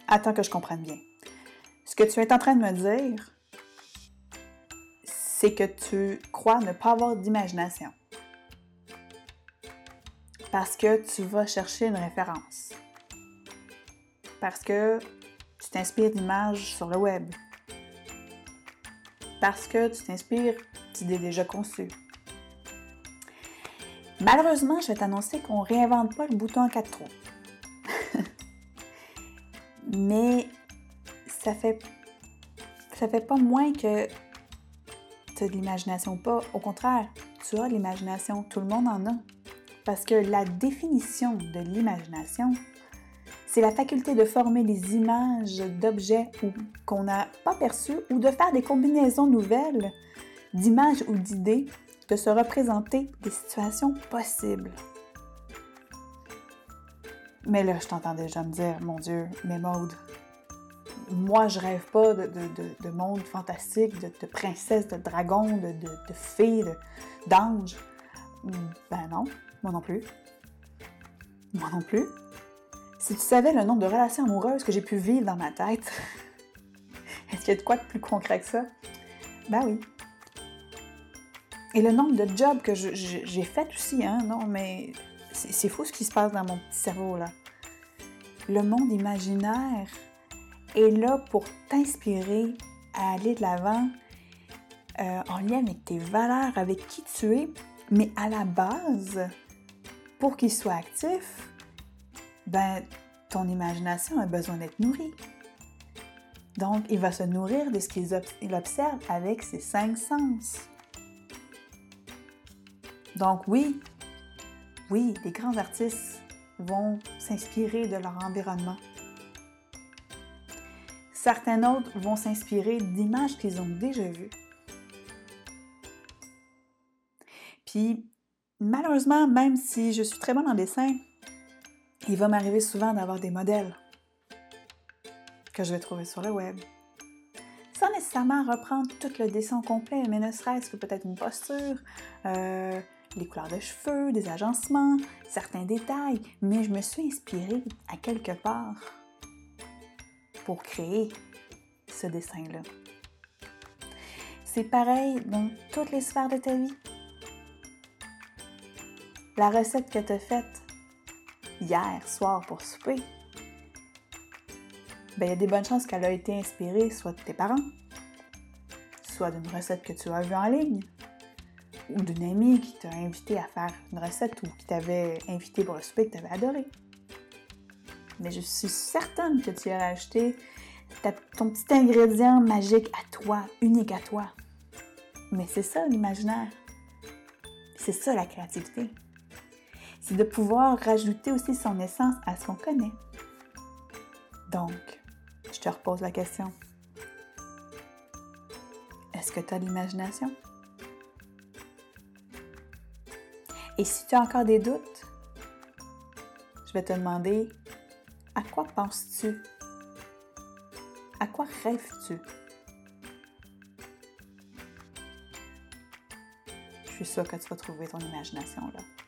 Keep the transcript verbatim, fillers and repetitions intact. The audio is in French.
attends que je comprenne bien. Ce que tu es en train de me dire, c'est que tu crois ne pas avoir d'imagination. Parce que tu vas chercher une référence. Parce que tu t'inspires d'images sur le web. Parce que tu t'inspires d'idées déjà conçues. Malheureusement, je vais t'annoncer qu'on ne réinvente pas le bouton en quatre trous. Mais ça fait, ça fait pas moins que tu as de l'imagination ou pas. Au contraire, tu as de l'imagination. Tout le monde en a. Parce que la définition de l'imagination, c'est la faculté de former des images d'objets qu'on n'a pas perçus ou de faire des combinaisons nouvelles d'images ou d'idées, de se représenter des situations possibles. Mais là, je t'entends déjà me dire, mon Dieu, mais Maude, moi, je rêve pas de, de, de, de monde fantastique, de, de princesse, de dragon, de, de, de fée, de, d'ange. Ben non, moi non plus. Moi non plus. Si tu savais le nombre de relations amoureuses que j'ai pu vivre dans ma tête, est-ce qu'il y a de quoi de plus concret que ça? Ben oui. Et le nombre de jobs que je, je, j'ai fait aussi, hein, non, mais c'est, c'est fou ce qui se passe dans mon petit cerveau, là. Le monde imaginaire est là pour t'inspirer à aller de l'avant euh, en lien avec tes valeurs, avec qui tu es, mais à la base, pour qu'il soit actif, ben, ton imagination a besoin d'être nourrie. Donc, il va se nourrir de ce qu'il observe avec ses cinq sens. Donc oui, oui, les grands artistes vont s'inspirer de leur environnement. Certains autres vont s'inspirer d'images qu'ils ont déjà vues. Puis, malheureusement, même si je suis très bonne en dessin, il va m'arriver souvent d'avoir des modèles que je vais trouver sur le web. Sans nécessairement reprendre tout le dessin complet, mais ne serait-ce que peut-être une posture, euh, les couleurs de cheveux, des agencements, certains détails, mais je me suis inspirée à quelque part pour créer ce dessin-là. C'est pareil dans toutes les sphères de ta vie. La recette que tu as faite hier soir pour souper, ben, il y a des bonnes chances qu'elle a été inspirée soit de tes parents, soit d'une recette que tu as vue en ligne, ou d'une amie qui t'a invité à faire une recette ou qui t'avait invité pour le souper que tu avais adoré. Mais je suis certaine que tu y as rajouté ta, ton petit ingrédient magique à toi, unique à toi. Mais c'est ça l'imaginaire. C'est ça la créativité. C'est de pouvoir rajouter aussi son essence à ce qu'on connaît. Donc, je te repose la question. Est-ce que tu as de l'imagination? Et si tu as encore des doutes, je vais te demander, à quoi penses-tu? À quoi rêves-tu? Je suis sûre que tu vas trouver ton imagination là.